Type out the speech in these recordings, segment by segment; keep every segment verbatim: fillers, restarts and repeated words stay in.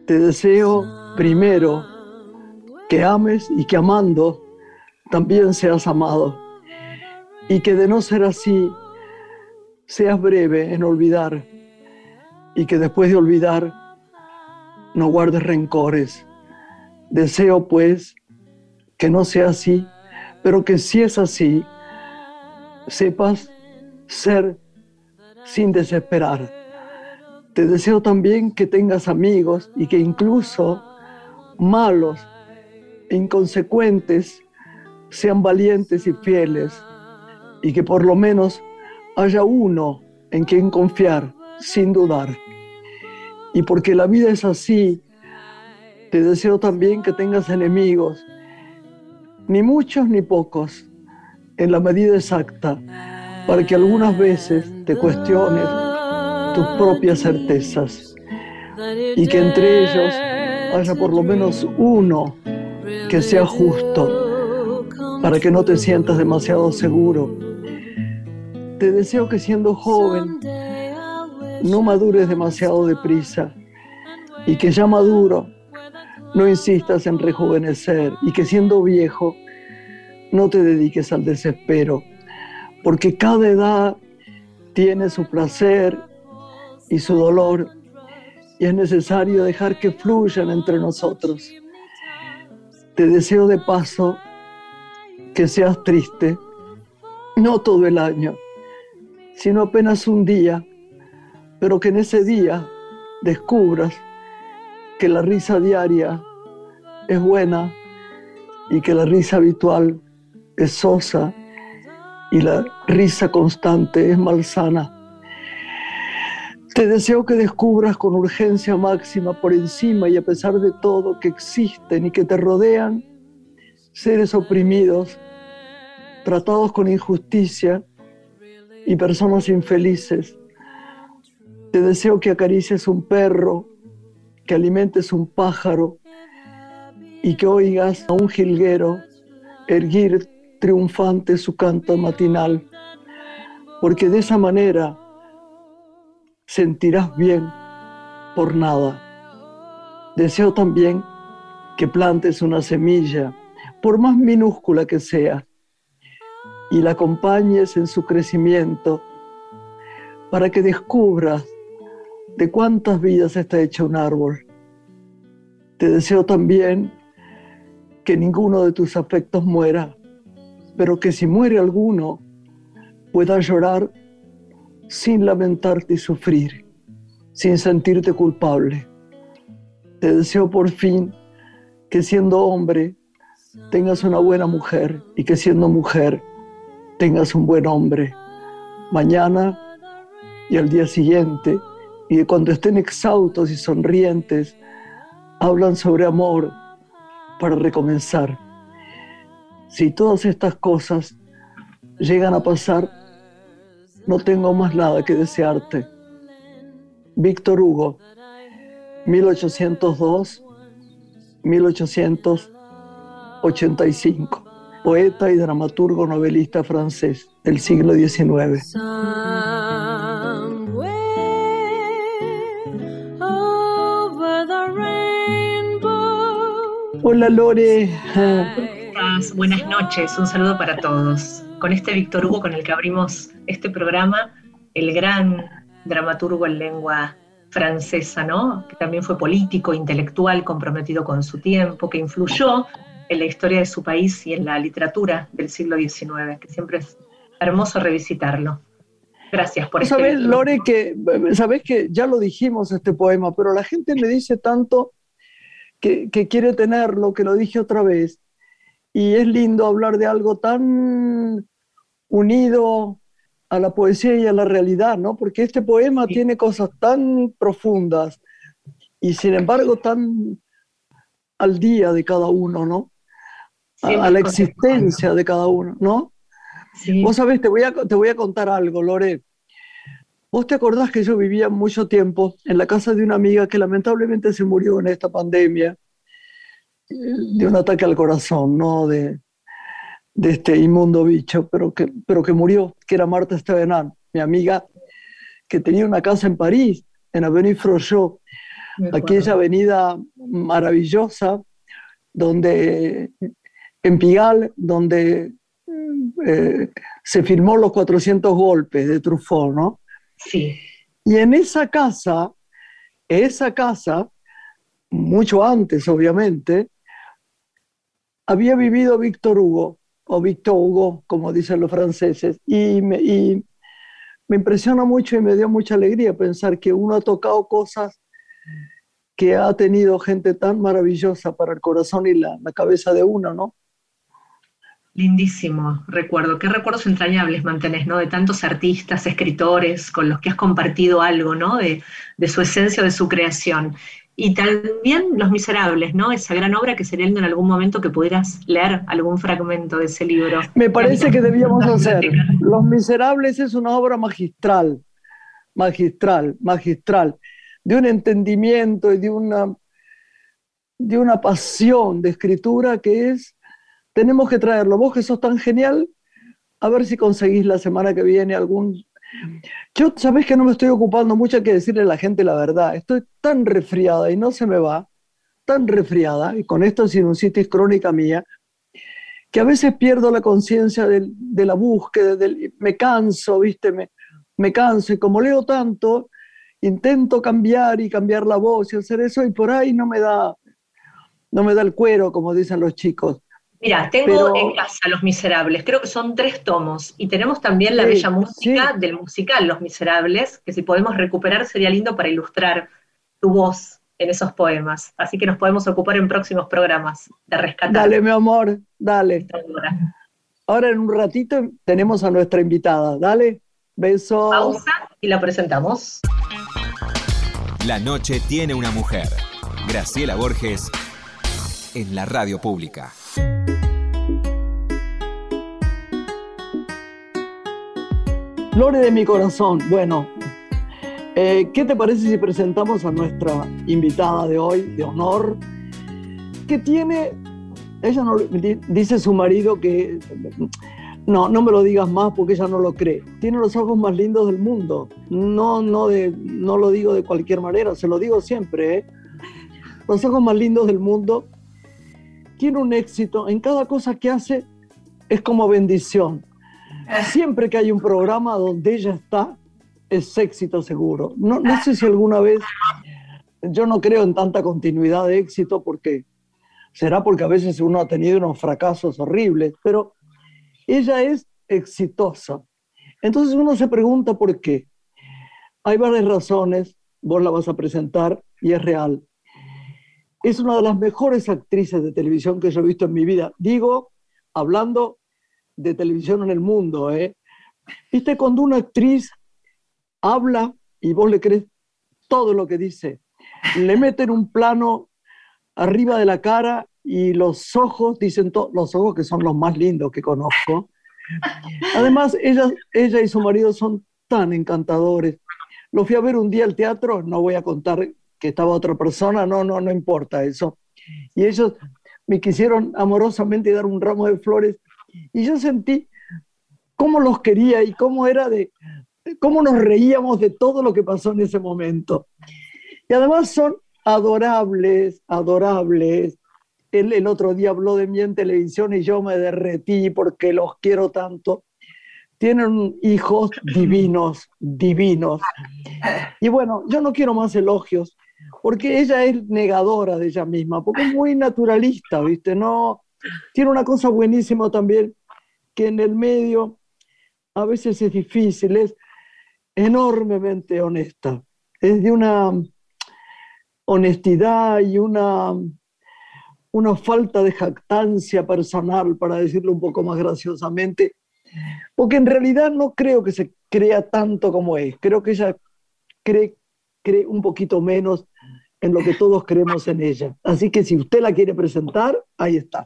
Te deseo primero que ames y que amando también seas amado, y que de no ser así seas breve en olvidar, y que después de olvidar no guardes rencores. Deseo pues que no sea así, pero que si es así, sepas ser sin desesperar. Te deseo también que tengas amigos y que incluso malos e inconsecuentes sean valientes y fieles, y que por lo menos haya uno en quien confiar sin dudar. Y porque la vida es así, te deseo también que tengas enemigos, ni muchos ni pocos, en la medida exacta, para que algunas veces te cuestiones tus propias certezas, y que entre ellos haya por lo menos uno que sea justo, para que no te sientas demasiado seguro. Te deseo que siendo joven no madures demasiado deprisa, y que ya maduro no insistas en rejuvenecer, y que siendo viejo no te dediques al desespero, porque cada edad tiene su placer y su dolor, y es necesario dejar que fluyan entre nosotros. Te deseo de paso que seas triste, no todo el año, sino apenas un día, pero que en ese día descubras que la risa diaria es buena, y que la risa habitual es sosa, y la risa constante es malsana. Te deseo que descubras con urgencia máxima, por encima y a pesar de todo, que existen y que te rodean seres oprimidos, tratados con injusticia, y personas infelices. Te deseo que acaricies un perro, que alimentes un pájaro, y que oigas a un jilguero erguir triunfante su canto matinal, porque de esa manera sentirás bien por nada. Deseo también que plantes una semilla, por más minúscula que sea, y la acompañes en su crecimiento, para que descubras de cuántas vidas está hecho un árbol. Te deseo también que ninguno de tus afectos muera, pero que si muere alguno, puedas llorar sin lamentarte y sufrir, sin sentirte culpable. Te deseo por fin que siendo hombre tengas una buena mujer, y que siendo mujer tengas un buen hombre. Mañana y al día siguiente, y cuando estén exhaustos y sonrientes, hablan sobre amor para recomenzar. Si todas estas cosas llegan a pasar, no tengo más nada que desearte. Víctor Hugo, mil ochocientos dos a mil ochocientos ochenta y cinco, poeta y dramaturgo novelista francés del siglo diecinueve. Hola Lore. Buenas noches, un saludo para todos. Con este Víctor Hugo con el que abrimos este programa, el gran dramaturgo en lengua francesa, ¿no? Que también fue político, intelectual, comprometido con su tiempo, que influyó en la historia de su país y en la literatura del siglo diecinueve, que siempre es hermoso revisitarlo. Gracias por este. ¿Sabes, Lore, que, sabes que ya lo dijimos este poema, pero la gente me dice tanto que, que quiere tenerlo, que lo dije otra vez, y es lindo hablar de algo tan unido a la poesía y a la realidad, ¿no? Porque este poema sí tiene cosas tan profundas y sin embargo tan al día de cada uno, ¿no? A, a la existencia de cada uno, ¿no? Sí. Vos sabés, te voy a, te voy a contar algo, Lore. ¿Vos te acordás que yo vivía mucho tiempo en la casa de una amiga que lamentablemente se murió en esta pandemia de un ataque al corazón, ¿no? De, de este inmundo bicho, pero que, pero que murió, que era Marta Stevenard, mi amiga, que tenía una casa en París, en Avenue Frochot. aquella avenida maravillosa, donde, en Pigalle, donde eh, se filmó Los cuatrocientos golpes de Truffaut, ¿no? Sí. Y en esa casa, esa casa, mucho antes, obviamente, había vivido Víctor Hugo, o Victor Hugo, como dicen los franceses, y me, y me impresiona mucho y me dio mucha alegría pensar que uno ha tocado cosas que ha tenido gente tan maravillosa para el corazón y la, la cabeza de uno, ¿no? Lindísimo recuerdo. Qué recuerdos entrañables mantenés, ¿no? De tantos artistas, escritores con los que has compartido algo, ¿no? De, de su esencia, de su creación. Y también Los Miserables, ¿no? Esa gran obra que sería lindo en algún momento que pudieras leer algún fragmento de ese libro. Me parece que debíamos hacer. Los Miserables es una obra magistral, magistral, magistral, de un entendimiento y de una, de una pasión de escritura que es, tenemos que traerlo. Vos que sos tan genial, a ver si conseguís la semana que viene algún... Yo, sabés que no me estoy ocupando mucho, hay que decirle a la gente la verdad. Estoy tan resfriada y no se me va, tan resfriada, y con esto sinusitis crónica mía, que a veces pierdo la conciencia de, de la búsqueda, del, me canso, ¿viste? Me, me canso, y como leo tanto, intento cambiar y cambiar la voz y hacer eso, y por ahí no me da, no me da el cuero, como dicen los chicos. Mira, tengo Pero, en casa Los Miserables, creo que son tres tomos, y tenemos también la sí, bella música sí. del musical Los Miserables, que si podemos recuperar sería lindo para ilustrar tu voz en esos poemas, así que nos podemos ocupar en próximos programas de rescatar. Dale, mi amor, dale. Ahora en un ratito tenemos a nuestra invitada, dale, beso. Pausa y la presentamos. La noche tiene una mujer, Graciela Borges, en la radio pública. Flores de mi corazón. Bueno, eh, ¿qué te parece si presentamos a nuestra invitada de hoy, de honor, que tiene, ella no, dice su marido que, no, no me lo digas más porque ella no lo cree, tiene los ojos más lindos del mundo, no, no, de, no lo digo de cualquier manera, se lo digo siempre, ¿eh? Los ojos más lindos del mundo, tiene un éxito, en cada cosa que hace es como bendición. Siempre que hay un programa donde ella está, es éxito seguro. No, no sé si alguna vez, yo no creo en tanta continuidad de éxito, porque será porque a veces uno ha tenido unos fracasos horribles, pero ella es exitosa. Entonces uno se pregunta por qué. Hay varias razones, vos la vas a presentar y es real. Es una de las mejores actrices de televisión que yo he visto en mi vida. Digo, hablando de televisión en el mundo, ¿eh? ¿Viste cuando una actriz habla y vos le crees todo lo que dice? Le meten un plano arriba de la cara y los ojos, dicen to- los ojos que son los más lindos que conozco. Además, ella, ella y su marido son tan encantadores. Los fui a ver un día al teatro, no voy a contar que estaba otra persona, no, no, no importa eso. Y ellos me quisieron amorosamente dar un ramo de flores y yo sentí cómo los quería y cómo era de, cómo nos reíamos de todo lo que pasó en ese momento. Y además son adorables, adorables. Él el otro día habló de mí en televisión y yo me derretí porque los quiero tanto. Tienen hijos divinos, divinos. Y bueno, yo no quiero más elogios, porque ella es negadora de ella misma, porque es muy naturalista, ¿viste? No, tiene una cosa buenísima también, que en el medio a veces es difícil, es enormemente honesta. Es de una honestidad y una, una falta de jactancia personal, para decirlo un poco más graciosamente, porque en realidad no creo que se crea tanto como es. Creo que ella cree, cree un poquito menos en lo que todos creemos en ella. Así que si usted la quiere presentar, ahí está.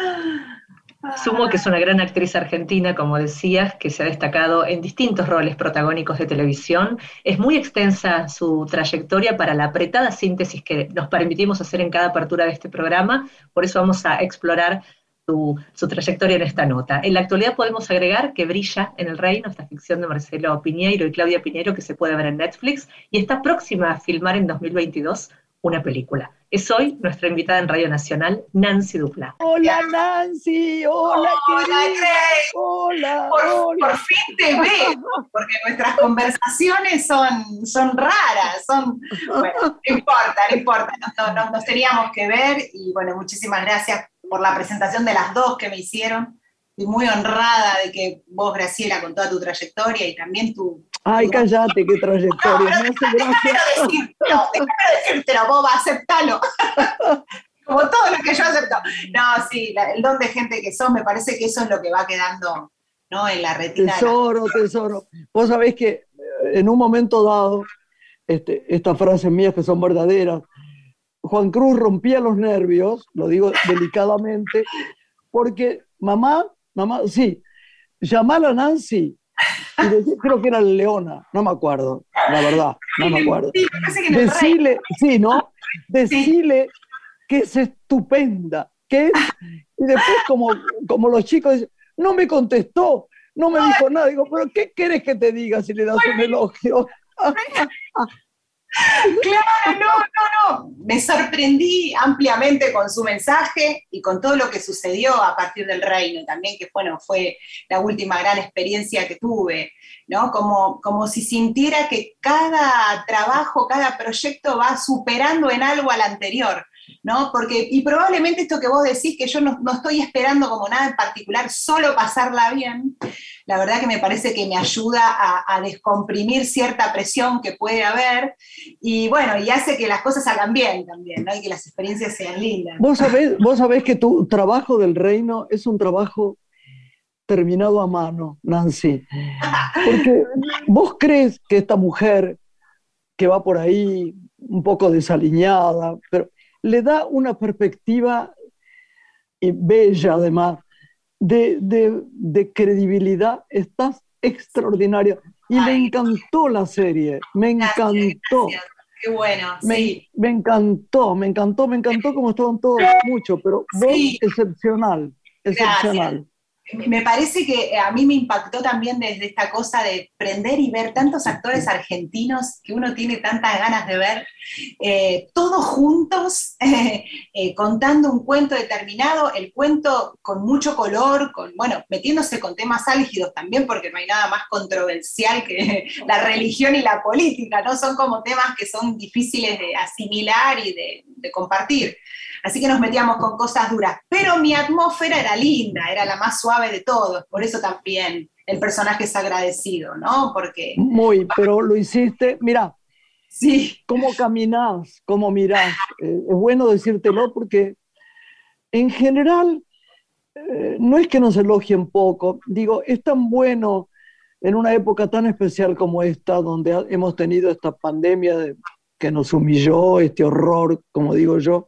Sumo que es una gran actriz argentina, como decías, que se ha destacado en distintos roles protagónicos de televisión. Es muy extensa su trayectoria para la apretada síntesis que nos permitimos hacer en cada apertura de este programa, por eso vamos a explorar su, su trayectoria en esta nota. En la actualidad podemos agregar que brilla en El Reino, esta ficción de Marcelo Piñeiro y Claudia Piñeiro que se puede ver en Netflix, y está próxima a filmar en dos mil veintidós una película. Es hoy nuestra invitada en Radio Nacional, Nancy Duplá. Hola Nancy, hola, hola querida, hola, por, hola. Por fin te veo, porque nuestras conversaciones son, son raras, son, bueno, no importa, no importa, nos, nos, nos teníamos que ver y bueno, muchísimas gracias por la presentación de las dos que me hicieron. Estoy muy honrada de que vos, Graciela, con toda tu trayectoria y también tu... Ay, tu... cállate, qué trayectoria, no, me hace gracia. Déjame decírtelo, déjame decírtelo, boba, aceptalo. Como todo lo que yo acepto. No, sí, la, el don de gente que sos, me parece que eso es lo que va quedando, ¿no?, en la retina. Tesoro, tesoro. Vos sabés que en un momento dado, este, estas frases mías que son verdaderas, Juan Cruz rompía los nervios, lo digo delicadamente, porque mamá, mamá, sí, llamala a Nancy, y decía, creo que era Leona, no me acuerdo, la verdad, no me acuerdo. Sí, me parece que en el Decile, rey. sí, ¿no? Decile Sí. que es estupenda, que es, y después como, como los chicos dicen, no me contestó, no me dijo nada, digo, pero ¿qué querés que te diga si le das un elogio? Claro, no, no, no. Me sorprendí ampliamente con su mensaje y con todo lo que sucedió a partir del reino también, que bueno, fue la última gran experiencia que tuve, ¿no? Como, como si sintiera que cada trabajo, cada proyecto va superando en algo al anterior, ¿no? Porque, y probablemente esto que vos decís, que yo no, no estoy esperando como nada en particular, solo pasarla bien, la verdad que me parece que me ayuda a, a descomprimir cierta presión que puede haber, y bueno, y hace que las cosas salgan bien también, ¿no? Y que las experiencias sean lindas. Vos sabés, vos sabés que tu trabajo del reino es un trabajo terminado a mano, Nancy, porque vos crees que esta mujer que va por ahí un poco desaliñada, pero le da una perspectiva y bella además, de, de, de credibilidad. Estás extraordinaria. Y me encantó la serie, me encantó. Gracias, qué bueno, me, sí. Me encantó, me encantó, me encantó como estaban todos mucho, pero vos Sí. excepcional, excepcional. Gracias. Me parece que a mí me impactó también desde esta cosa de prender y ver tantos actores argentinos que uno tiene tantas ganas de ver, eh, todos juntos, eh, eh, contando un cuento determinado, el cuento con mucho color, con, bueno, metiéndose con temas álgidos también, porque no hay nada más controversial que la religión y la política, ¿no? Son como temas que son difíciles de asimilar y de, de compartir. Así que nos metíamos con cosas duras, pero mi atmósfera era linda, era la más suave de todos, por eso también el personaje es agradecido, ¿no? Porque... Muy, pero lo hiciste, mira, sí. Cómo caminás, cómo mirás, eh, es bueno decírtelo porque en general eh, no es que nos elogien poco, digo, es tan bueno en una época tan especial como esta, donde hemos tenido esta pandemia de, que nos humilló, este horror, como digo yo,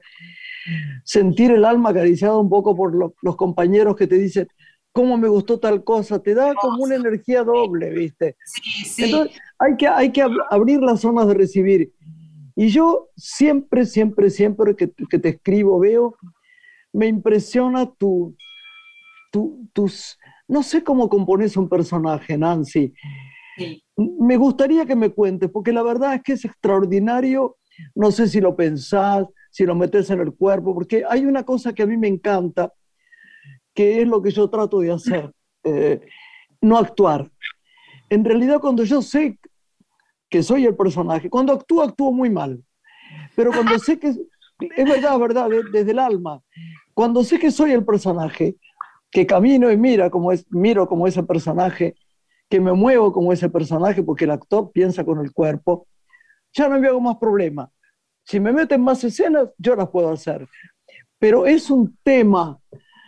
sentir el alma acariciada un poco por lo, los compañeros que te dicen cómo me gustó tal cosa, te da como una energía doble, ¿viste? Sí, sí. Entonces hay que, hay que ab- abrir las zonas de recibir. Y yo siempre, siempre, siempre que, que te escribo, veo, me impresiona tu, tu, tus... No sé cómo compones un personaje, Nancy. Sí. Me gustaría que me cuentes, porque la verdad es que es extraordinario, no sé si lo pensás, si lo metes en el cuerpo, porque hay una cosa que a mí me encanta, que es lo que yo trato de hacer, eh, no actuar. En realidad, cuando yo sé que soy el personaje, cuando actúo, actúo muy mal, pero cuando sé que, es verdad, verdad, de, desde el alma, cuando sé que soy el personaje, que camino y mira como es, miro como ese personaje, que me muevo como ese personaje, porque el actor piensa con el cuerpo, ya no me hago más problema. Si me meten más escenas, yo las puedo hacer. Pero es un tema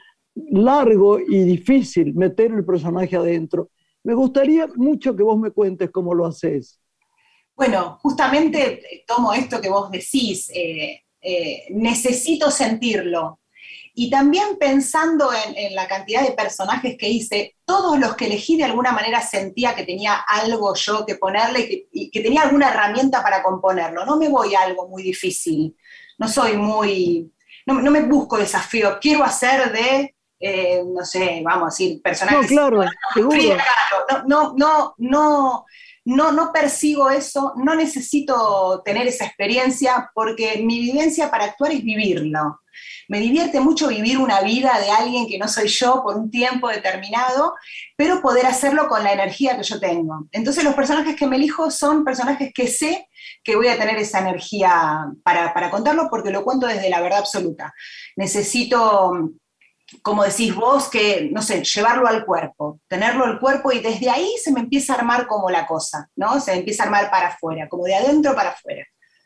largo y difícil meter el personaje adentro. Me gustaría mucho que vos me cuentes cómo lo haces. Bueno, justamente tomo esto que vos decís, eh, eh, necesito sentirlo. Y también pensando en, en la cantidad de personajes que hice, todos los que elegí de alguna manera sentía que tenía algo yo que ponerle y que, y que tenía alguna herramienta para componerlo. No me voy a algo muy difícil, no soy muy, no, no me busco desafío, quiero hacer de, eh, no sé, vamos a decir, personajes... No, claro, seguro. No, no, no, no, no, no persigo eso, no necesito tener esa experiencia, porque mi vivencia para actuar es vivirlo. Me divierte mucho vivir una vida de alguien que no soy yo por un tiempo determinado, pero poder hacerlo con la energía que yo tengo. Entonces los personajes que me elijo son personajes que sé que voy a tener esa energía para, para contarlo, porque lo cuento desde la verdad absoluta. Necesito, como decís vos, que, no sé, llevarlo al cuerpo, tenerlo al cuerpo, y desde ahí se me empieza a armar como la cosa, ¿no? Se me empieza a armar para afuera, como de adentro para afuera.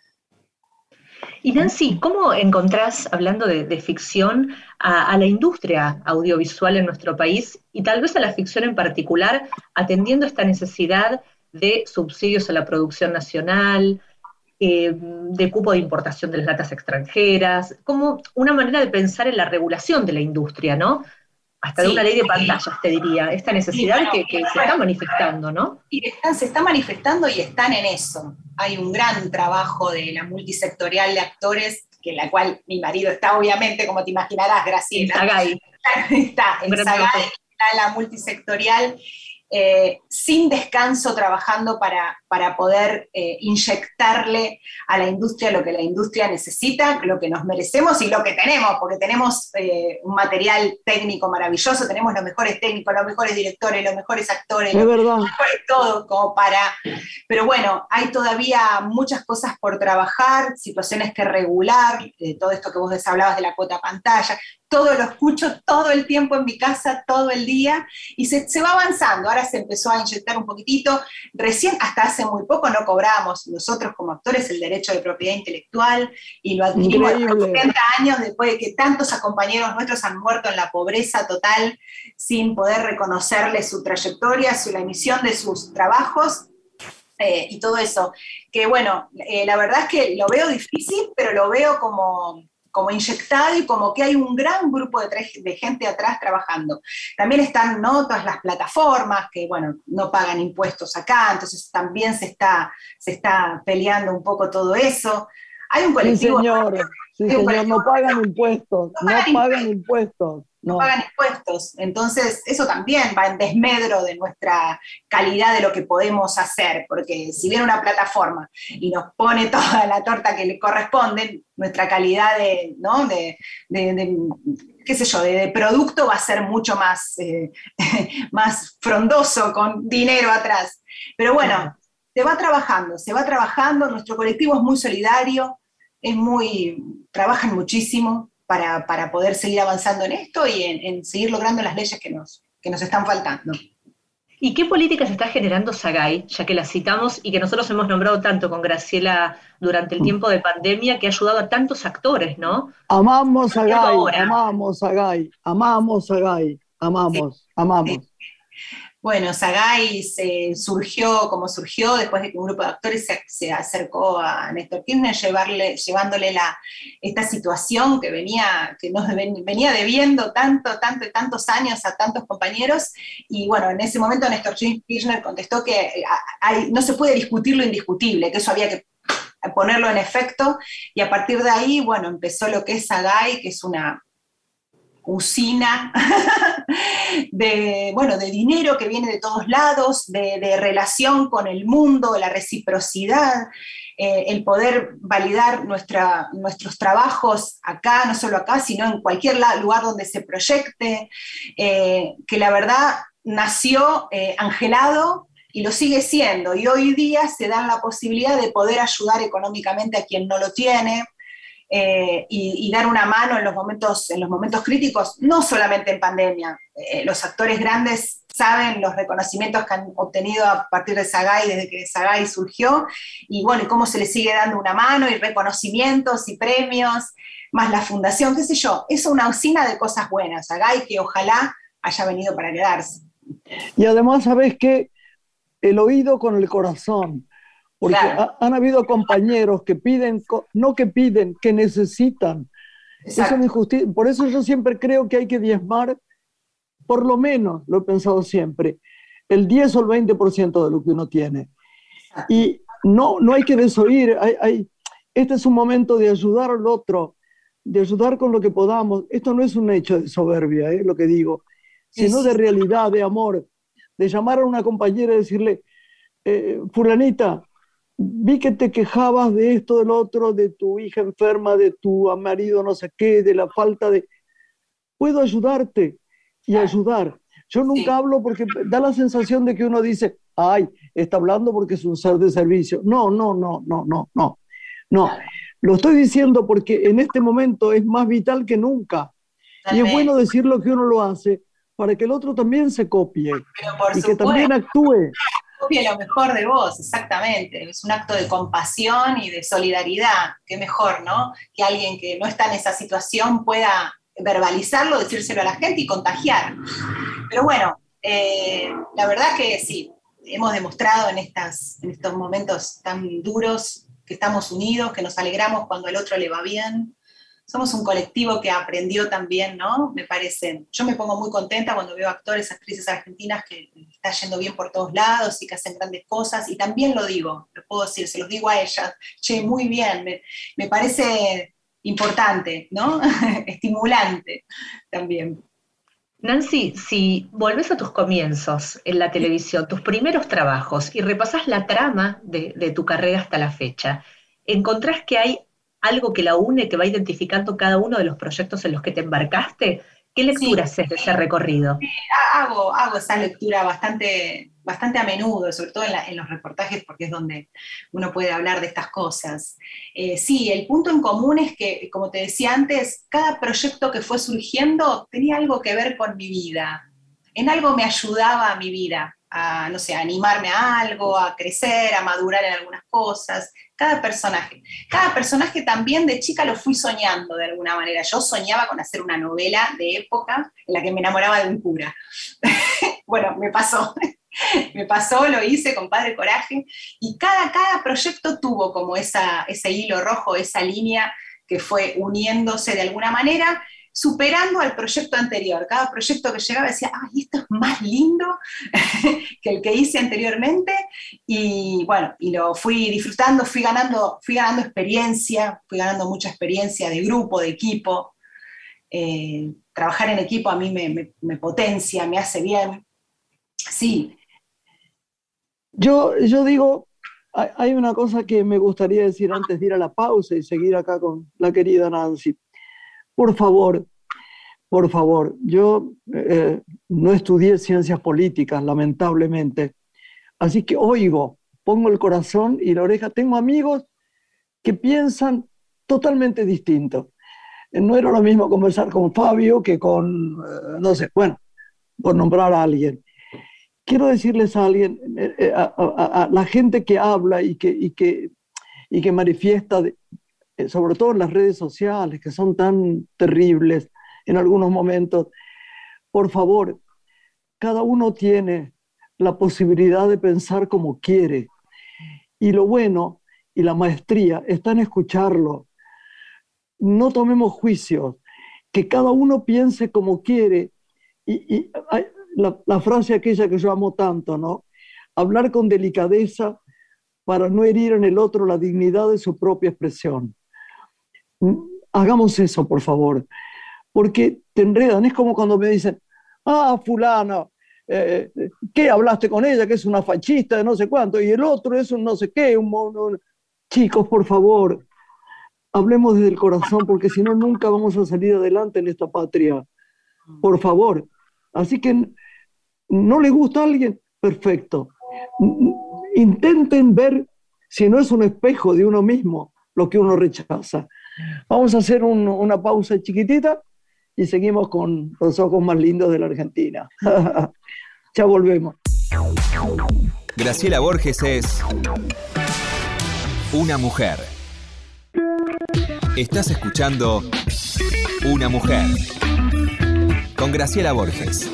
Y Nancy, ¿cómo encontrás, hablando de, de ficción, a, a la industria audiovisual en nuestro país, y tal vez a la ficción en particular, atendiendo esta necesidad de subsidios a la producción nacional, eh, de cupo de importación de las latas extranjeras, como una manera de pensar en la regulación de la industria, ¿no? Hasta sí, de una ley de pantallas, te diría, esta necesidad sí, bueno, que, que se está manifestando, ¿no? Y están, se está manifestando y están en eso. Hay un gran trabajo de la multisectorial de actores, que en la cual mi marido está, obviamente, como te imaginarás, Graciela. En Sagay. Está en Sagay, está la multisectorial, eh, sin descanso trabajando para, para poder eh, inyectarle a la industria lo que la industria necesita, lo que nos merecemos y lo que tenemos, porque tenemos eh, un material técnico maravilloso, tenemos los mejores técnicos, los mejores directores, los mejores actores, es los verdad. mejores todo, como para... Pero bueno, hay todavía muchas cosas por trabajar, situaciones que regular, eh, todo esto que vos hablabas de la cuota pantalla, todo lo escucho todo el tiempo en mi casa, todo el día, y se, se va avanzando. Ahora se empezó a inyectar un poquitito. Recién, hasta hace muy poco, no cobrábamos nosotros como actores el derecho de propiedad intelectual, y lo adquirimos a los setenta años, después de que tantos compañeros nuestros han muerto en la pobreza total, sin poder reconocerle su trayectoria, su, la emisión de sus trabajos, eh, y todo eso. Que bueno, eh, la verdad es que lo veo difícil, pero lo veo como... como inyectado, y como que hay un gran grupo de, de gente atrás trabajando. También están, ¿no?, todas las plataformas que, bueno, no pagan impuestos acá, entonces también se está, se está peleando un poco todo eso. Hay un colectivo... Sí, señor, sí, señor, colectivo, no pagan impuestos, no pagan, no pagan impuestos. No. no pagan impuestos, entonces eso también va en desmedro de nuestra calidad de lo que podemos hacer, porque si viene una plataforma y nos pone toda la torta que le corresponde, nuestra calidad de, ¿no? de, de, de qué sé yo, de, de producto va a ser mucho más, eh, más frondoso, con dinero atrás. Pero bueno, se va trabajando, se va trabajando, nuestro colectivo es muy solidario, es muy, trabajan muchísimo, Para, para poder seguir avanzando en esto y en, en seguir logrando las leyes que nos, que nos están faltando. ¿Y qué políticas está generando Sagay, ya que la citamos y que nosotros hemos nombrado tanto con Graciela durante el tiempo de pandemia, que ha ayudado a tantos actores, ¿no? Amamos Sagay, amamos Sagay, amamos Sagay, amamos, sí. amamos. Sí. Bueno, Sagay se surgió como surgió después de que un grupo de actores se, se acercó a Néstor Kirchner llevarle, llevándole la, esta situación que venía, que nos venía debiendo tanto, tanto y tantos años a tantos compañeros, y bueno, en ese momento Néstor Kirchner contestó que hay, no se puede discutir lo indiscutible, que eso había que ponerlo en efecto, y a partir de ahí, bueno, empezó lo que es Sagay, que es una usina de, bueno, de dinero que viene de todos lados, de, de relación con el mundo, la reciprocidad, eh, el poder validar nuestra, nuestros trabajos acá, no solo acá, sino en cualquier lugar donde se proyecte, eh, que la verdad nació eh, angelado y lo sigue siendo, y hoy día se dan la posibilidad de poder ayudar económicamente a quien no lo tiene, Eh, y, y dar una mano en los momentos, en los momentos críticos, no solamente en pandemia. Eh, los actores grandes saben los reconocimientos que han obtenido a partir de Sagay, desde que Sagay surgió, y bueno, y cómo se les sigue dando una mano, y reconocimientos, y premios, más la fundación, qué sé yo. Es una usina de cosas buenas, Sagay, que ojalá haya venido para quedarse. Y además, ¿sabes qué? El oído con el corazón. Porque claro. ha, han habido compañeros que piden, no que piden, que necesitan. Es una injusticia. Por eso yo siempre creo que hay que diezmar, por lo menos, lo he pensado siempre, el diez o el veinte por ciento de lo que uno tiene. Y no, no hay que desoír. Hay, hay, este es un momento de ayudar al otro, de ayudar con lo que podamos. Esto no es un hecho de soberbia, ¿eh? Lo que digo, sino de realidad, de amor, de llamar a una compañera y decirle: eh, fulanita, vi que te quejabas de esto, del otro, de tu hija enferma, de tu marido no sé qué, de la falta de... Puedo ayudarte y ayudar. Yo nunca Sí. hablo porque da la sensación de que uno dice, ay, está hablando porque es un ser de servicio. No, no, no, no, no, no. No, Claro, lo estoy diciendo porque en este momento es más vital que nunca. Y es bueno totalmente. decir lo que uno lo hace para que el otro también se copie Pero por y que también supuesto, actúe. copie lo mejor de vos, exactamente. Es un acto de compasión y de solidaridad. Qué mejor, ¿no? Que alguien que no está en esa situación pueda verbalizarlo, decírselo a la gente y contagiar. Pero bueno, eh, la verdad que sí, hemos demostrado en, estas, en estos momentos tan duros que estamos unidos, que nos alegramos cuando al otro le va bien. Somos un colectivo que aprendió también, ¿no? Me parece. Yo me pongo muy contenta cuando veo actores, actrices argentinas que está yendo bien por todos lados y que hacen grandes cosas. Y también lo digo, lo puedo decir, se los digo a ellas. Che, muy bien, me, me parece importante, ¿no? Estimulante también. Nancy, si volvés a tus comienzos en la televisión, tus primeros trabajos, y repasás la trama de, de tu carrera hasta la fecha, ¿encontrás que hay algo que la une, que va identificando cada uno de los proyectos en los que te embarcaste? ¿Qué Sí, lectura haces de ese recorrido? hago, hago esa lectura bastante, bastante a menudo, sobre todo en, la, en los reportajes, porque es donde uno puede hablar de estas cosas. Eh, sí, el punto en común es que, como te decía antes, cada proyecto que fue surgiendo tenía algo que ver con mi vida. En algo me ayudaba a mi vida, a, no sé, a animarme a algo, a crecer, a madurar en algunas cosas. Cada personaje. Cada personaje también de chica lo fui soñando de alguna manera. Yo soñaba con hacer una novela de época en la que me enamoraba de un cura. Bueno, me pasó. Me pasó, lo hice con Padre Coraje. Y cada, cada proyecto tuvo como esa, ese hilo rojo, esa línea que fue uniéndose de alguna manera, superando al proyecto anterior. Cada proyecto que llegaba decía, ay, esto es más lindo que el que hice anteriormente, y bueno, y lo fui disfrutando, fui ganando, fui ganando experiencia, fui ganando mucha experiencia de grupo, de equipo. Eh, trabajar en equipo a mí me, me, me potencia, me hace bien. Sí. Yo, yo digo, hay, hay una cosa que me gustaría decir antes de ir a la pausa y seguir acá con la querida Nancy. Por favor, por favor, yo eh, no estudié ciencias políticas, lamentablemente, así que oigo, pongo el corazón y la oreja. Tengo amigos que piensan totalmente distinto. No era lo mismo conversar con Fabio que con, eh, no sé, bueno, por nombrar a alguien. Quiero decirles a alguien, eh, a, a, a la gente que habla y que, y que, y que manifiesta, de, sobre todo en las redes sociales, que son tan terribles en algunos momentos, por favor, cada uno tiene la posibilidad de pensar como quiere. Y lo bueno y la maestría está en escucharlo. No tomemos juicios, que cada uno piense como quiere. Y, y la, la frase aquella que yo amo tanto, ¿no? Hablar con delicadeza para no herir en el otro la dignidad de su propia expresión. Hagamos eso, por favor, porque te enredan. Es como cuando me dicen, ah, fulano, eh, ¿qué hablaste con ella? Que es una fascista de no sé cuánto, y el otro es un no sé qué. Un, un... Chicos, por favor, hablemos desde el corazón, porque si no, nunca vamos a salir adelante en esta patria. Por favor. Así que no le gusta a alguien, perfecto. Intenten ver si no es un espejo de uno mismo lo que uno rechaza. Vamos a hacer un, una pausa chiquitita y seguimos con los ojos más lindos de la Argentina. Ya volvemos. Graciela Borges es una mujer. Estás escuchando Una Mujer con Graciela Borges.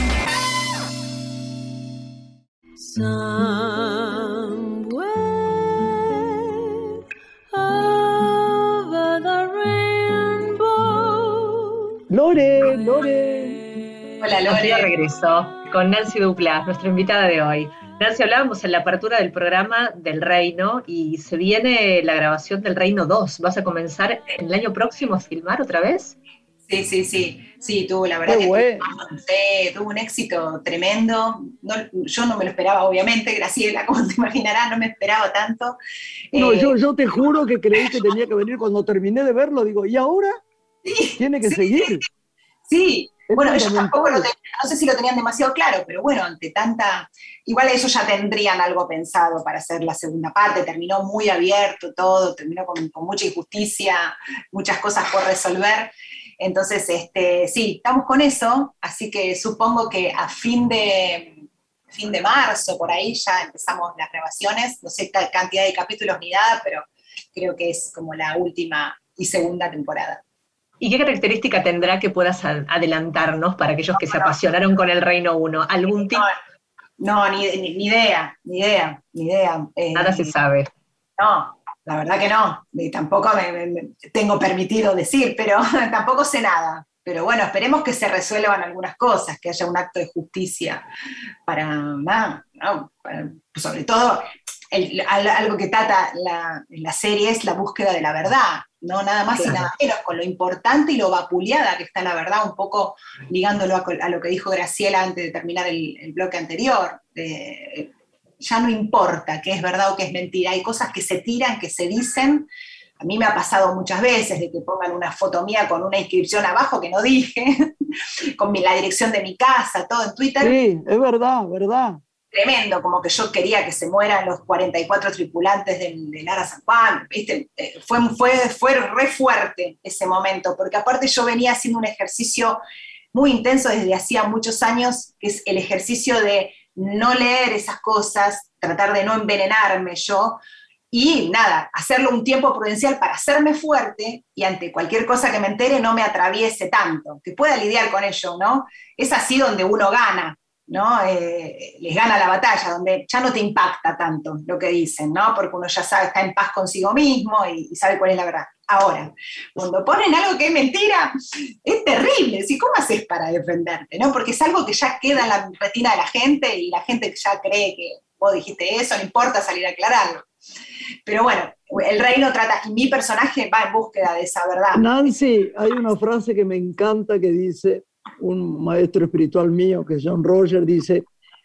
Lore, Lore. Hola, Lore. Aquí regreso con Nancy Duplas, nuestra invitada de hoy. Nancy, hablábamos en la apertura del programa del Reino y se viene la grabación del Reino dos. ¿Vas a comenzar el año próximo a filmar otra vez? Sí, sí, sí, sí, tuvo, la verdad Qué que bueno. tuvo, sí, tuvo un éxito tremendo. No, yo no me lo esperaba, obviamente, Graciela, como te imaginarás, no me esperaba tanto. No, Eh, yo, yo te juro que creí que tenía que venir cuando terminé de verlo. Digo, ¿y ahora? sí, Tiene que sí, seguir. sí. Es Bueno, ellos tampoco lo fundamental. tenían, no sé si lo tenían demasiado claro, pero bueno, ante tanta, igual ellos ya tendrían algo pensado para hacer la segunda parte, terminó muy abierto todo, terminó con, con mucha injusticia, muchas cosas por resolver. Entonces, este, sí, estamos con eso, así que supongo que a fin de, fin de marzo, por ahí ya empezamos las grabaciones, no sé qué cantidad de capítulos ni nada, pero creo que es como la última y segunda temporada. ¿Y qué característica tendrá que puedas adelantarnos para aquellos que se apasionaron con el Reino uno? ¿Algún tip? No, ni, ni, ni idea, ni idea, ni idea. Eh, Nada se sabe. No, la verdad que no. Y tampoco me, me, me tengo permitido decir, pero tampoco sé nada. Pero bueno, esperemos que se resuelvan algunas cosas, que haya un acto de justicia para nada, ¿no? Para, sobre todo, el, algo que trata la, la serie es la búsqueda de la verdad, no nada más claro. Y nada menos, con lo importante y lo vapuleada que está la verdad, un poco ligándolo a, a lo que dijo Graciela antes de terminar el, el bloque anterior. De, ya no importa qué es verdad o qué es mentira, hay cosas que se tiran, que se dicen. A mí me ha pasado muchas veces de que pongan una foto mía con una inscripción abajo que no dije, con mi, la dirección de mi casa, todo en Twitter. Sí, es verdad, verdad. Tremendo, como que yo quería que se mueran los cuarenta y cuatro tripulantes del, del Ara San Juan, ¿viste? Fue, fue, fue re fuerte ese momento, porque aparte yo venía haciendo un ejercicio muy intenso desde hacía muchos años, que es el ejercicio de no leer esas cosas, tratar de no envenenarme yo, y nada, hacerlo un tiempo prudencial para hacerme fuerte y ante cualquier cosa que me entere no me atraviese tanto, que pueda lidiar con ello, ¿no? Es así donde uno gana, ¿no? Eh, les gana la batalla, donde ya no te impacta tanto lo que dicen, ¿no? Porque uno ya sabe, está en paz consigo mismo y, y sabe cuál es la verdad. Ahora, cuando ponen algo que es mentira, es terrible, ¿sí? ¿Cómo haces para defenderte, no? Porque es algo que ya queda en la retina de la gente y la gente ya cree que vos dijiste eso, no importa salir a aclararlo. Pero bueno, el reino trata, y mi personaje va en búsqueda de esa verdad. Nancy, hay una frase que me encanta que dice un maestro espiritual mío, que es John Roger, dice,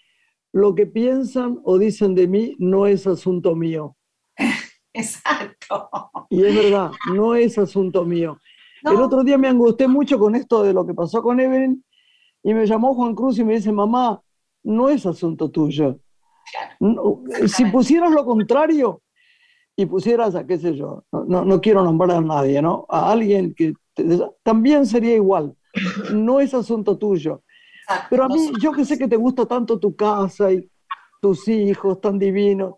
lo que piensan o dicen de mí no es asunto mío. Exacto. Y es verdad, no es asunto mío. No. El otro día me angustié mucho con esto de lo que pasó con Evelyn y me llamó Juan Cruz y me dice, mamá, no es asunto tuyo. Claro. No, si pusieras lo contrario y pusieras a qué sé yo, no, no, no quiero nombrar a nadie, ¿no? A alguien que te, también sería igual. No es asunto tuyo. Exacto. Pero a mí, yo que sé que te gusta tanto tu casa y tus hijos tan divinos,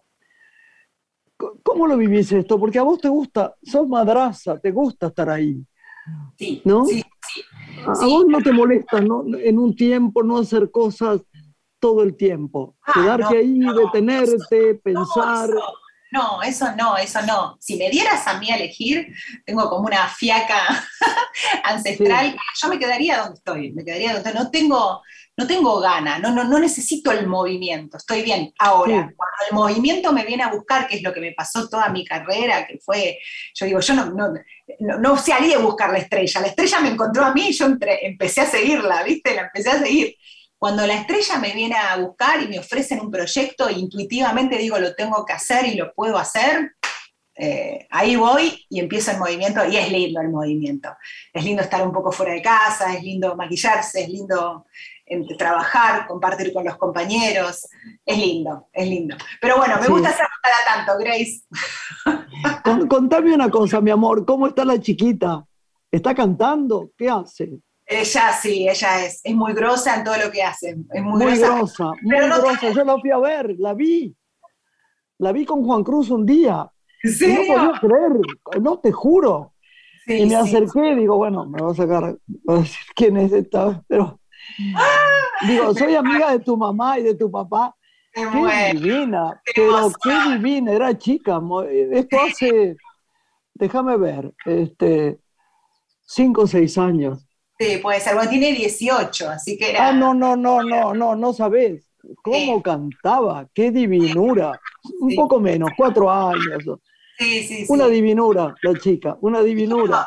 ¿cómo lo vivís esto? Porque a vos te gusta, sos madraza, te gusta estar ahí. Sí, ¿no? sí, sí. A, sí. a vos no te molesta, ¿no? En un tiempo no hacer cosas todo el tiempo. Ah, Quedarte no, ahí, no, detenerte, eso, pensar. No eso, no, eso no, eso no. Si me dieras a mí a elegir, tengo como una fiaca ancestral, sí. Yo me quedaría donde estoy, me quedaría donde estoy. No tengo, no tengo ganas, no, no, no necesito el movimiento, estoy bien. Ahora, sí. Cuando el movimiento me viene a buscar, que es lo que me pasó toda mi carrera, que fue, yo digo, yo no, no, no, no salí de buscar la estrella, la estrella me encontró a mí y yo entre, empecé a seguirla, ¿viste? La empecé a seguir. Cuando la estrella me viene a buscar y me ofrecen un proyecto, e intuitivamente digo, lo tengo que hacer y lo puedo hacer, eh, ahí voy y empiezo el movimiento, y es lindo el movimiento. Es lindo estar un poco fuera de casa, es lindo maquillarse, es lindo eh, trabajar, compartir con los compañeros, es lindo, es lindo. Pero bueno, me sí. gusta hacerlo cada tanto, Grace. Con, contame una cosa, mi amor, ¿cómo está la chiquita? ¿Está cantando? ¿Qué hace? Ella sí, ella es, es muy grosa en todo lo que hace. Es muy, muy grosa, grosa, muy no grosa. Te... Yo la fui a ver, la vi. La vi con Juan Cruz un día. ¿Sí? Y no podía creer, no, te juro. Sí, y me sí. acerqué y digo, bueno, me va a sacar, va a decir quién es esta. Pero digo, soy amiga de tu mamá y de tu papá. Qué bueno. divina, qué pero emoción. Qué divina, era chica. Esto hace, déjame ver, este, cinco o seis años. Sí, puede ser. Bueno, tiene dieciocho, así que era... Ah, no, no, no, no, no, no sabés. ¿Cómo sí. cantaba? ¡Qué divinura! Sí. Un poco menos, cuatro años. Sí, sí, sí. Una divinura, la chica, una divinura.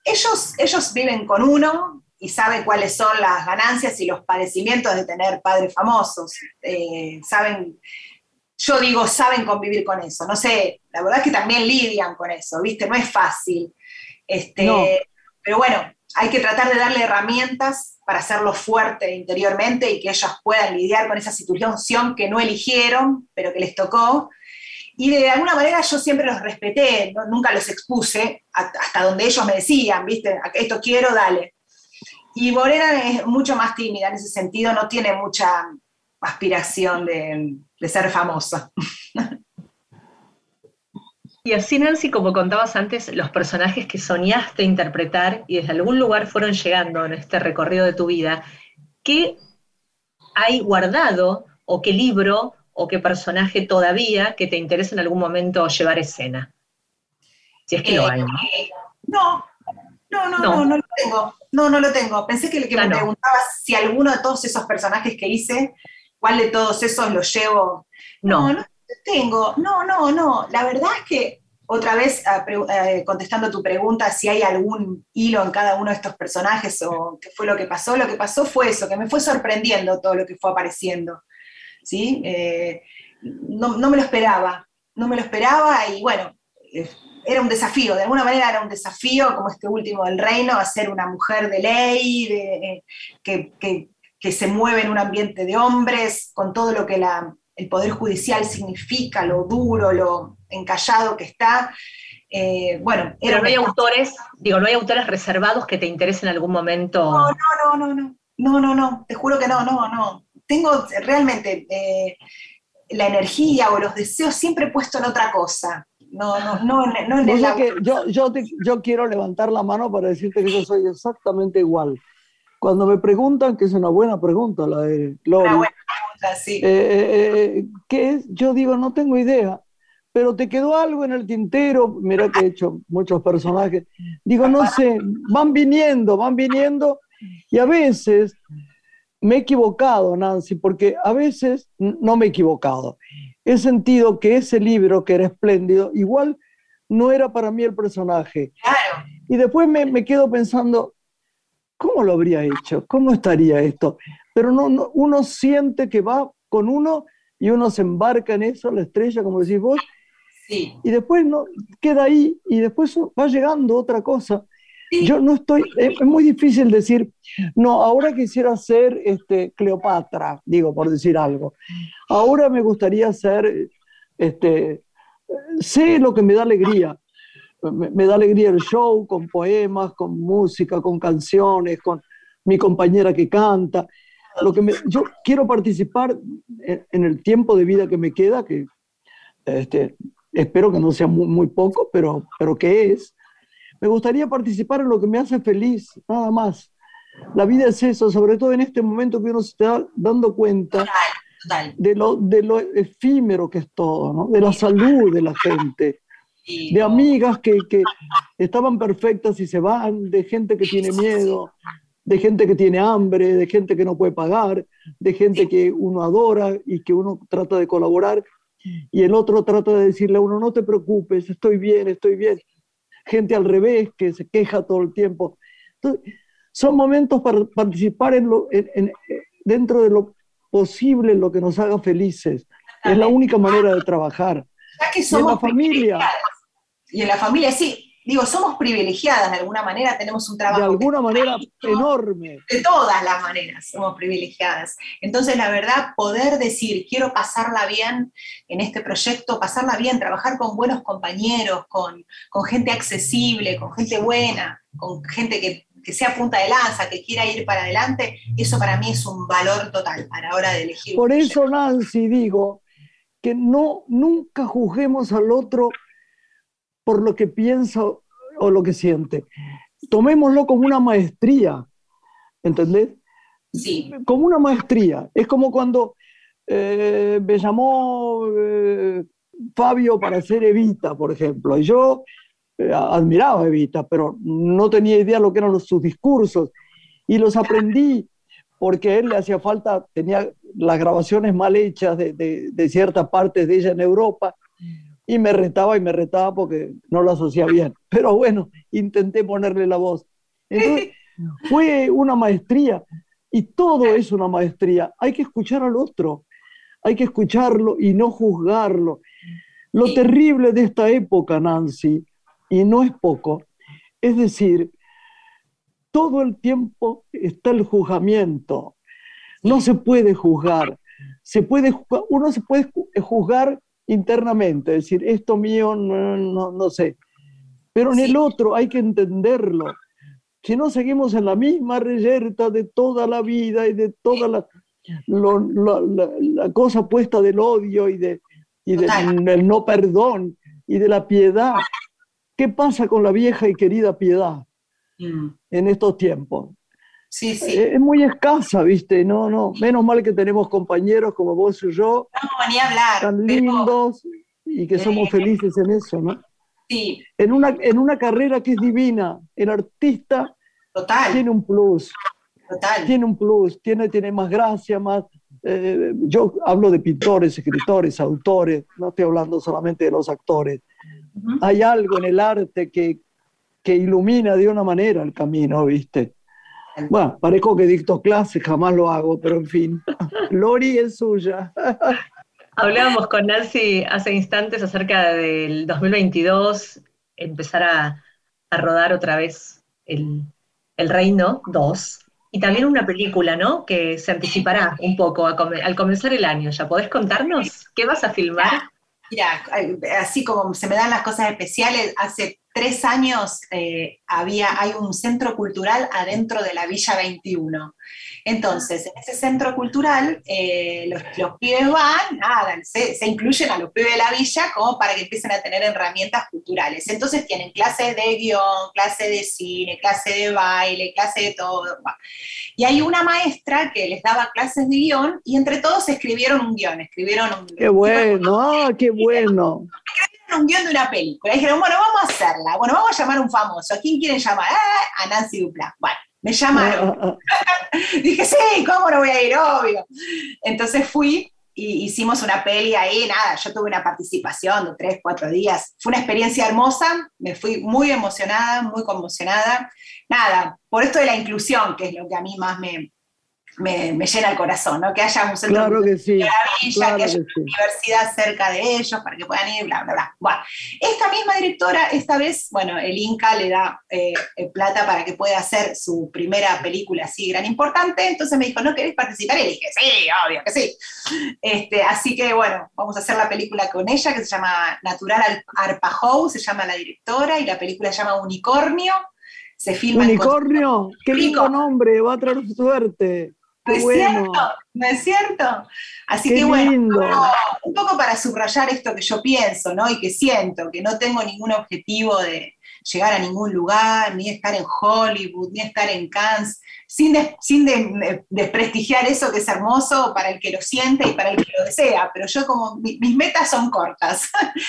ellos, ellos viven con uno y saben cuáles son las ganancias y los padecimientos de tener padres famosos. Eh, saben, yo digo, saben convivir con eso. No sé, la verdad es que también lidian con eso, ¿viste? No es fácil. Este, no. Pero bueno, hay que tratar de darle herramientas para hacerlo fuerte interiormente y que ellos puedan lidiar con esa situación que no eligieron, pero que les tocó. Y de alguna manera yo siempre los respeté, ¿no? Nunca los expuse hasta donde ellos me decían, ¿viste? Esto quiero, dale. Y Morena es mucho más tímida en ese sentido, no tiene mucha aspiración de, de ser famosa. Y así, Nancy, como contabas antes, los personajes que soñaste interpretar y desde algún lugar fueron llegando en este recorrido de tu vida, ¿qué hay guardado o qué libro o qué personaje todavía que te interesa en algún momento llevar a escena? Si es que eh, lo hay, ¿no? No, no, no, no, no, no lo tengo. No, no lo tengo. Pensé que, que ah, me no. preguntabas si alguno de todos esos personajes que hice, ¿cuál de todos esos los llevo? No, no, no tengo. No, no, no. La verdad es que, otra vez, eh, contestando tu pregunta, si hay algún hilo en cada uno de estos personajes o qué fue lo que pasó, lo que pasó fue eso, que me fue sorprendiendo todo lo que fue apareciendo. ¿Sí? Eh, no, no me lo esperaba, no me lo esperaba y bueno, eh, era un desafío, de alguna manera era un desafío, como este último del Reino, a ser una mujer de ley, de, eh, que, que, que se mueve en un ambiente de hombres, con todo lo que la, el Poder Judicial significa, lo duro, lo encallado que está. Eh, bueno, Pero no hay autores, digo, no hay autores reservados que te interesen en algún momento. No, no, no, no, no, no, no, no, te juro que no, no, no. Tengo realmente eh, la energía o los deseos siempre puesto en otra cosa. No, no, no, no en el que yo, yo, te, yo quiero levantar la mano para decirte que yo soy exactamente igual. Cuando me preguntan, que es una buena pregunta la de Lori, una buena pregunta, sí. Eh, eh, ¿qué es? Yo digo, no tengo idea, pero te quedó algo en el tintero. Mira que he hecho muchos personajes. Digo, no sé, van viniendo, van viniendo, y a veces me he equivocado, Nancy, porque a veces no me he equivocado. He sentido que ese libro, que era espléndido, igual no era para mí el personaje. Claro. Y después me, me quedo pensando, ¿cómo lo habría hecho? ¿Cómo estaría esto? Pero no, no, uno siente que va con uno y uno se embarca en eso, la estrella, como decís vos, sí. Y después no, queda ahí y después va llegando otra cosa. Yo no estoy, es muy difícil decir, no, ahora quisiera ser este, Cleopatra, digo, por decir algo. Ahora me gustaría ser, este, sé lo que me da alegría. Me, me da alegría el show, con poemas, con música, con canciones, con mi compañera que canta. Lo que me, yo quiero participar en, en el tiempo de vida que me queda, que este, espero que no sea muy, muy poco, pero, pero que es. Me gustaría participar en lo que me hace feliz, nada más. La vida es eso, sobre todo en este momento que uno se está dando cuenta total, total. De, lo, de lo efímero que es todo, ¿no? De la salud de la gente, de amigas que, que estaban perfectas y se van, de gente que tiene miedo, de gente que tiene hambre, de gente que no puede pagar, de gente que uno adora y que uno trata de colaborar, y el otro trata de decirle a uno, no te preocupes, estoy bien, estoy bien. Gente al revés que se queja todo el tiempo. Entonces, son momentos para participar en lo, en, en, dentro de lo posible, en lo que nos haga felices. Es la única manera de trabajar. Ya que somos y en la familia. Y en la familia, sí. Digo, somos privilegiadas de alguna manera, tenemos un trabajo. De alguna manera enorme. De todas las maneras somos privilegiadas. Entonces, la verdad, poder decir, quiero pasarla bien en este proyecto, pasarla bien, trabajar con buenos compañeros, con, con gente accesible, con gente buena, con gente que, que sea punta de lanza, que quiera ir para adelante, eso para mí es un valor total a la hora de elegir. Por eso, Nancy, digo que no, nunca juzguemos al otro por lo que piensa o lo que siente. Tomémoslo como una maestría, ¿entendés? Sí. Como una maestría. Es como cuando eh, me llamó eh, Fabio para hacer Evita, por ejemplo, y yo eh, admiraba a Evita, pero no tenía idea de lo que eran los, sus discursos, y los aprendí porque a él le hacía falta, tenía las grabaciones mal hechas de, de, de ciertas partes de ella en Europa, y me retaba y me retaba porque no lo hacía bien. Pero bueno, intenté ponerle la voz. Entonces, fue una maestría y todo es una maestría. Hay que escuchar al otro, hay que escucharlo y no juzgarlo. Lo terrible de esta época, Nancy, y no es poco, es decir, todo el tiempo está el juzgamiento. No se puede juzgar. Se puede, uno se puede juzgar internamente, es decir, esto mío no, no, no sé. Pero en el otro hay que entenderlo. Si no, seguimos en la misma reyerta de toda la vida y de toda la, lo, lo, la, la cosa puesta del odio y, de, y de, del no perdón y de la piedad. ¿Qué pasa con la vieja y querida piedad mm. en estos tiempos? Sí, sí. Es muy escasa, ¿viste? No, no. Menos mal que tenemos compañeros como vos y yo, no, ni hablar, tan pero... lindos y que somos felices en eso, ¿no? Sí. En una, en una carrera que es divina, el artista Total. tiene un plus. Total. Tiene un plus, tiene, tiene más gracia, más... Eh, yo hablo de pintores, escritores, autores, no estoy hablando solamente de los actores. Uh-huh. Hay algo en el arte que, que ilumina de una manera el camino, ¿viste? Bueno, parezco que dicto clases, jamás lo hago, pero en fin, Lori es suya. Hablábamos con Nancy hace instantes acerca del dos mil veintidós, empezar a, a rodar otra vez el, el Reino dos, y también una película, ¿no?, que se anticipará un poco a come, al comenzar el año. ¿Ya podés contarnos qué vas a filmar? Mira, así como se me dan las cosas especiales, hace tres años eh, había, hay un centro cultural adentro de la Villa veintiuno. Entonces, en ese centro cultural, eh, los, los pibes van, nada, se, se incluyen a los pibes de la villa como para que empiecen a tener herramientas culturales. Entonces tienen clases de guión, clase de cine, clase de baile, clase de todo. Y hay una maestra que les daba clases de guión y entre todos escribieron un guión, escribieron un ¡Qué bueno! ¡Ah, qué bueno! Escribieron un guión de una película. Y dijeron, bueno, vamos a hacerla. Bueno, vamos a llamar a un famoso. ¿A quién quieren llamar? Ah, a Nancy Dupláa. Bueno, me llamaron. Ah, ah, ah. Dije, sí, ¿cómo no voy a ir? Obvio. Entonces fui y hicimos una peli ahí, nada, yo tuve una participación de tres, cuatro días. Fue una experiencia hermosa, me fui muy emocionada, muy conmocionada. Nada, por esto de la inclusión, que es lo que a mí más me, me, me llena el corazón, ¿no? Que haya un centro claro que sí, de la villa, claro que haya que una sí. universidad cerca de ellos para que puedan ir, bla, bla, bla. Bueno, esta misma directora, esta vez, bueno, el Inca le da eh, plata para que pueda hacer su primera película así gran importante, entonces me dijo, ¿no querés participar? Y le dije, sí, obvio que sí. Este, así que, bueno, vamos a hacer la película con ella, que se llama Natural Arpajow, se llama la directora, y la película se llama Unicornio. Se filma ¿Unicornio? En ¡Qué lindo nombre! Va a traer suerte. ¿No es bueno. cierto? ¿No es cierto? Así Qué que bueno, lindo. un poco, un poco para subrayar esto que yo pienso, ¿no? Y que siento, que no tengo ningún objetivo de llegar a ningún lugar, ni estar en Hollywood, ni estar en Cannes, sin, de, sin de, desprestigiar eso que es hermoso para el que lo siente y para el que lo desea, pero yo como, mi, mis metas son cortas,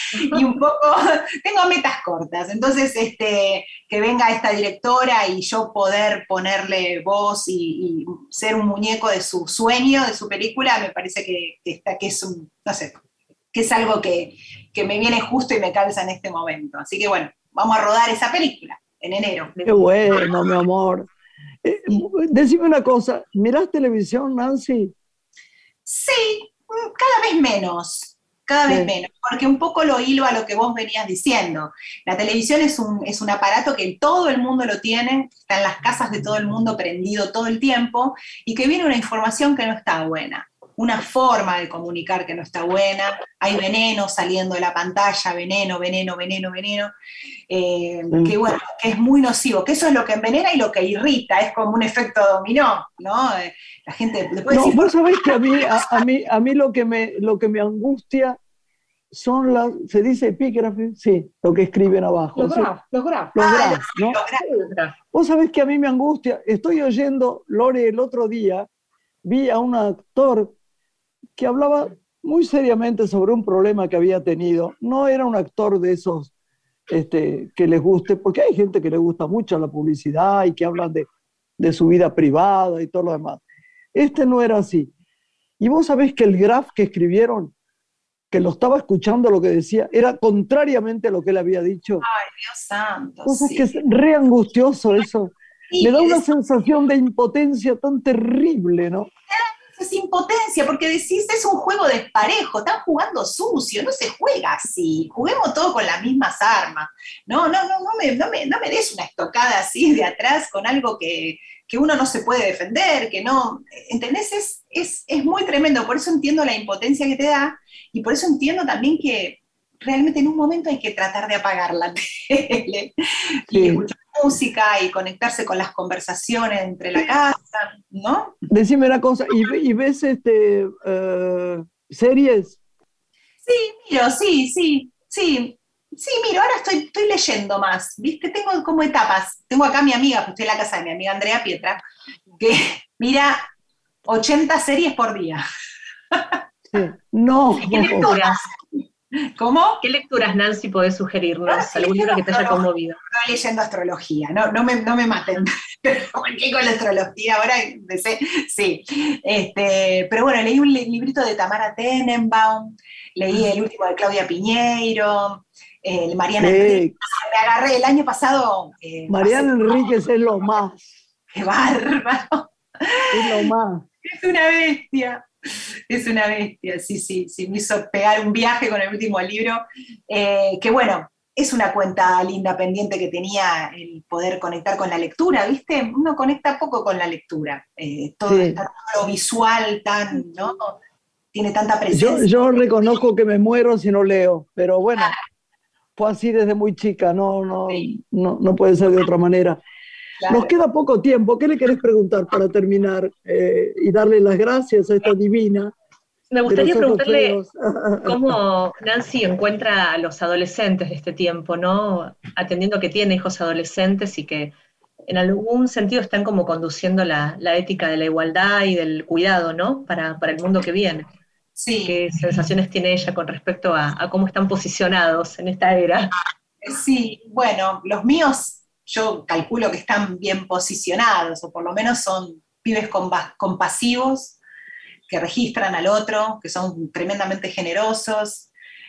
y un poco, tengo metas cortas, entonces este, que venga esta directora y yo poder ponerle voz y, y ser un muñeco de su sueño, de su película, me parece que, que, está, que es un, no sé, que es algo que, que me viene justo y me calza en este momento, así que bueno, vamos a rodar esa película en enero. Qué bueno, mi amor. Eh, decime una cosa, ¿mirás televisión, Nancy? Sí, cada vez menos, cada sí. vez menos, porque un poco lo hilo a lo que vos venías diciendo. La televisión es un, es un aparato que todo el mundo lo tiene, está en las casas de todo el mundo prendido todo el tiempo, y que viene una información que no está buena. Una forma de comunicar que no está buena, hay veneno saliendo de la pantalla, veneno, veneno, veneno, veneno, eh, mm. que bueno, que es muy nocivo, que eso es lo que envenena y lo que irrita, es como un efecto dominó, ¿no? Eh, la gente después no, decir, vos sabés que a mí, a, a mí, a mí lo, que me, lo que me angustia son las, ¿se dice epígrafe? Sí, lo que escriben abajo. Los sí. graf, los graf. Los ah, graf, ¿no? Los graf. Vos sabés que a mí me angustia, estoy oyendo, Lore, el otro día, vi a un actor que hablaba muy seriamente sobre un problema que había tenido. No era un actor de esos este, que les guste, porque hay gente que le gusta mucho la publicidad y que hablan de, de su vida privada y todo lo demás. Este no era así. Y vos sabés que el graf que escribieron que lo estaba escuchando lo que decía, era contrariamente a lo que él había dicho. Ay, Dios santo. Entonces Sí. que es re angustioso eso. Sí, Me da una es, sensación de impotencia tan terrible, ¿no? es impotencia, porque decís, es un juego desparejo, están jugando sucio, no se juega así, juguemos todos con las mismas armas. No, no, no, no me, no me, no me des una estocada así de atrás con algo que, que uno no se puede defender, que no, ¿entendés? Es, es, es muy tremendo, por eso entiendo la impotencia que te da, y por eso entiendo también que realmente en un momento hay que tratar de apagar la tele y Sí. escuchar música y conectarse con las conversaciones entre la casa, ¿no? Decime una cosa, ¿y, ve- y ves este, eh, series? Sí, miro, sí, sí, sí. Sí, miro, ahora estoy, estoy leyendo más, ¿viste? Tengo como etapas. Tengo acá a mi amiga, pues estoy en la casa de mi amiga Andrea Pietra, que mira ochenta series por día. Sí. No. ¿Y qué lecturas? ¿Cómo? ¿Qué lecturas, Nancy, podés sugerirnos? Ah, sí, ¿Algún libro que te haya astrología. conmovido? Estoy leyendo astrología, no, no, me, no me maten, pero ¿qué con la astrología? Ahora empecé, sí. Este, pero bueno, leí un li- librito de Tamara Tenenbaum, leí el último de Claudia Piñeiro, el de Mariana Enríquez. Sí, Me agarré el año pasado. Eh, Mariana pasé- Enríquez es lo más, ¡Qué bárbaro! es lo más. Es una bestia. Es una bestia, sí, sí, sí, me hizo pegar un viaje con el último libro, eh, que bueno, es una cuenta linda pendiente que tenía el poder conectar con la lectura, ¿viste? Uno conecta poco con la lectura, eh, todo Sí. está todo lo visual, tan, ¿no? Tiene tanta Yo, presencia. yo reconozco que me muero si no leo, pero bueno, fue así desde muy chica, no, no, no, no puede ser de otra manera. Claro. Nos queda poco tiempo, ¿qué le querés preguntar para terminar eh, y darle las gracias a esta divina Me de gustaría los ojos preguntarle feos? cómo Nancy encuentra a los adolescentes de este tiempo, ¿no? Atendiendo que tiene hijos adolescentes y que en algún sentido están como conduciendo la, la ética de la igualdad y del cuidado, ¿no? Para, para el mundo que viene. Sí, ¿Qué sensaciones tiene ella con respecto a, a cómo están posicionados en esta era? sí, bueno, los míos yo calculo que están bien posicionados, o por lo menos son pibes compa- compasivos, que registran al otro, que son tremendamente generosos.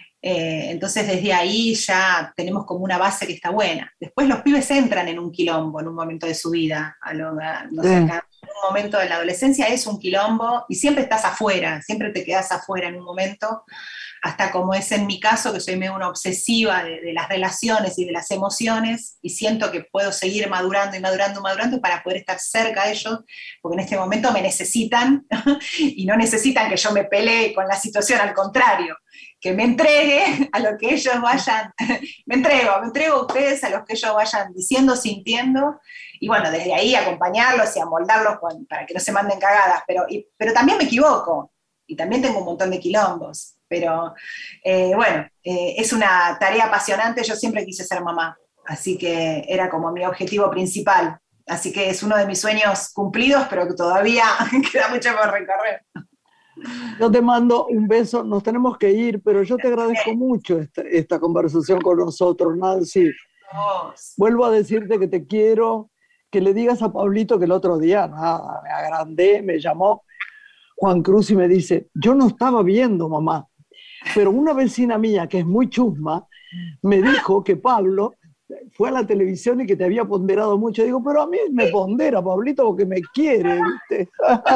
Eh, entonces desde ahí ya tenemos como una base que está buena. Después los pibes entran en un quilombo en un momento de su vida, a lo, a, no sé, Sí. cada- en un momento de la adolescencia es un quilombo y siempre estás afuera, siempre te quedas afuera en un momento, hasta como es en mi caso, que soy medio una obsesiva de, de las relaciones y de las emociones, y siento que puedo seguir madurando y madurando y madurando para poder estar cerca de ellos, porque en este momento me necesitan y no necesitan que yo me pelee con la situación, al contrario, que me entregue a lo que ellos vayan, me entrego, me entrego a ustedes a los que ellos vayan diciendo, sintiendo, y bueno, desde ahí acompañarlos y amoldarlos con, para que no se manden cagadas, pero, y, pero también me equivoco, y también tengo un montón de quilombos, pero eh, bueno, eh, es una tarea apasionante, yo siempre quise ser mamá, así que era como mi objetivo principal, así que es uno de mis sueños cumplidos, pero que todavía queda mucho por recorrer. Yo te mando un beso, nos tenemos que ir, pero yo te agradezco mucho esta, esta conversación con nosotros, Nancy. Vuelvo a decirte que te quiero, que le digas a Pablito que el otro día, nada, me agrandé, me llamó Juan Cruz y me dice, yo no estaba viendo, mamá, pero una vecina mía que es muy chusma me dijo que Pablo fue a la televisión y que te había ponderado mucho. Digo, pero a mí me pondera, Pablito, porque me quiere, ¿viste?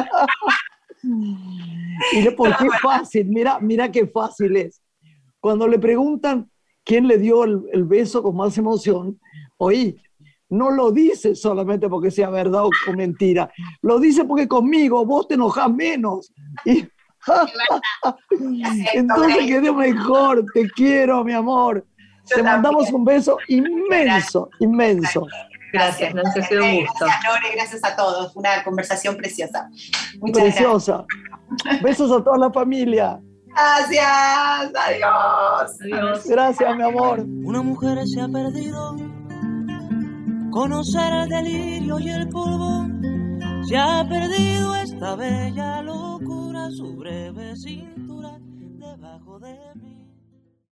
Y le, ¿por qué fácil? Mira, mira qué fácil es. Cuando le preguntan quién le dio el, el beso con más emoción, oí, no lo dice solamente porque sea verdad o, o mentira, lo dice porque conmigo vos te enojás menos. Y, entonces quedó mejor, te quiero, mi amor. Yo te mandamos también un beso inmenso, inmenso. Gracias, Nancy, ha sido un gusto. Gracias, Lore, gracias a todos. Una conversación preciosa. Muchas Preciosa. Gracias. Besos a toda la familia. Gracias. Adiós. Adiós. Gracias, mi amor. Una mujer se ha perdido. Conocer el delirio y el polvo. Se ha perdido esta bella locura, su breve sin